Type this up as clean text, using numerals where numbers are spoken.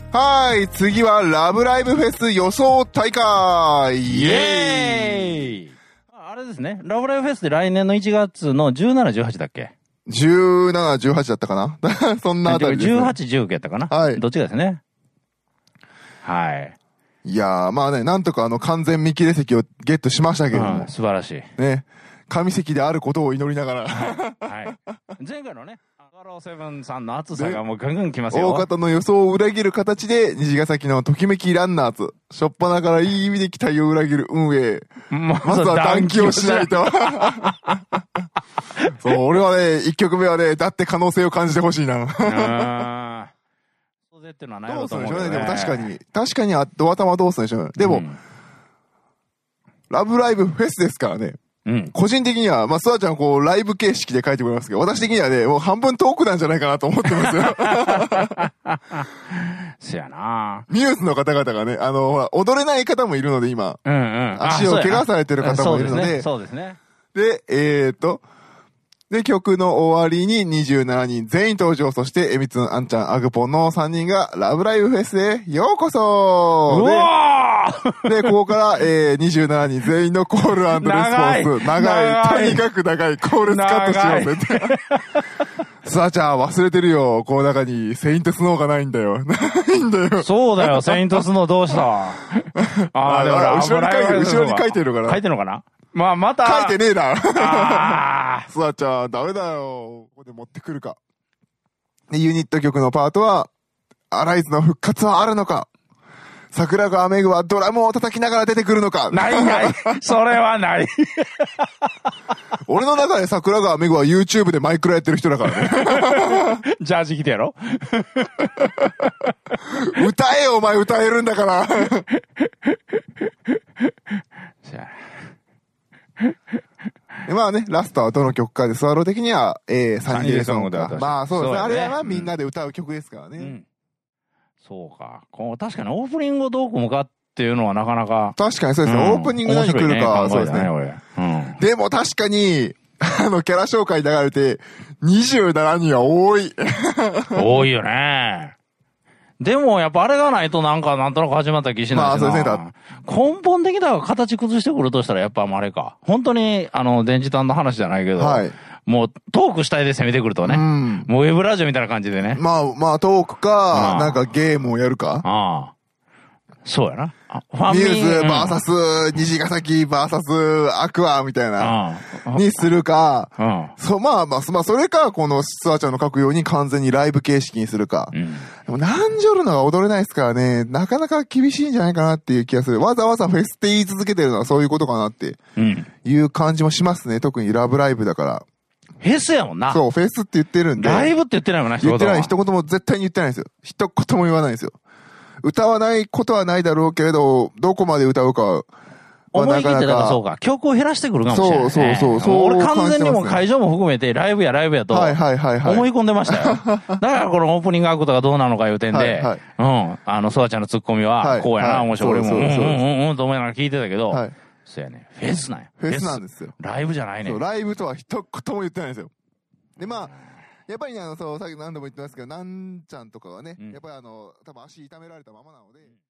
はい、次はラブライブフェス予想大会イエーイ。 あれですね。ラブライブフェスで来年の1月の17、18だっけ？ 17、18だったかなそんなあたりです、ね。 18、19やったかな。 はい。 どっちかですね。はい。 いやー、まあね、なんとか完全見切れ席をゲットしましたけども。 素晴らしい。 ね。神席であることを祈りながら。 はい。前回のね、アガローセブンさんの熱さがもうガンガン来ますよ。 大方の予想を裏切る形で、虹ヶ崎のときめきランナーズ。しょっぱなからいい意味で期待を裏切る運営。まずは断気をしないと。そう、俺はね、1曲目はね、だって可能性を感じてほしいな。 そうぜっていうのはないと思うどうするんでしょうね。でも確かにドア玉どうするんでしょうね。でも、ラブライブフェスですからね。 うん。 個人的には、まあ、スワちゃんこう、ライブ形式で書いてくれますけど、私的にはね、もう半分トークなんじゃないかなと思ってますよ。 そやなミューズの方々がね、ほら、踊れない方もいるので、今。 うんうん。 足を怪我されてる方もいるので。 そうですね。 で、曲の終わりに27人全員登場、そして、えみつん、あんちゃん、アグポンの3人が、ラブライブフェスへようこそで、ここから、27人全員のコール&レスポンス。長い。とにかく長い。コールスカットしようぜって。スワちゃん忘れてるよ。この中に、セイントスノーがないんだよ。ないんだよ。 そうだよ、セイントスノーどうしたあ、でも後ろに書いてるから。 書いてるのかな。まあ、また。 書いてねえな。スワちゃん、ダメだよ。ここで持ってくるか。で、ユニット曲のパートは、アライズの復活はあるのか。桜川めぐはドラムを叩きながら出てくるのか。 ない。それはない。 俺の中で桜川めぐは YouTube でマイクラやってる人だからね。 ジャージ着てやろ。 歌えよ、お前歌えるんだから。まあね、ラストはどの曲かで、スワロー的には、サニーデイソングか。まあそうですね。あれはまあみんなで歌う曲ですからね。 そうか。確かにオープニングをどう組むかっていうのはなかなか。 確かにそうですね。オープニング何来るか、そうですね。でも確かに、キャラ紹介流れて、27人は多い。 多いよね。でも、やっぱあれがないとなんとなく始まった気しないしな。まあ、そうですね。根本的な形崩してくるとしたら、やっぱあれか。本当に、電磁弾の話じゃないけど。はい。もう、トーク主体で攻めてくるとね。もうウェブラジオみたいな感じでね。 まあ、トークか、なんかゲームをやるか。 そうやな。 ミューズバーサス、虹ヶ崎バーサス、アクアみたいな、にするか、まあ、それか、このスワちゃんの書くように完全にライブ形式にするか。でも、ナンジョルノが踊れないですからね、なかなか厳しいんじゃないかなっていう気がする。わざわざフェスって言い続けてるのはそういうことかなっていう感じもしますね。特にラブライブだから。 フェスやもんな。 そう、フェスって言ってるんで。 ライブって言ってないもんな、 言ってない。一言も絶対に言ってないんですよ。一言も言わないんですよ。歌わないことはないだろうけれど、どこまで歌うか。 思い切ってだからそうか。曲を減らしてくるかもしれない、ね。そう。俺完全にも会場も含めてライブやと。思い込んでましたよ。だからこのオープニングアクトがどうなのかいう点で、ソワちゃんのツッコミは、こうやな、面白い。俺も、と思いながら聞いてたけど、そうやね。フェスなんや。 フェスなんですよ。 ライブじゃないね。 ライブとは一言も言ってないんですよ。で、まあ、やっぱりね、さっき何度も言ってますけど、なんちゃんとかはね、やっぱり多分足痛められたままなので、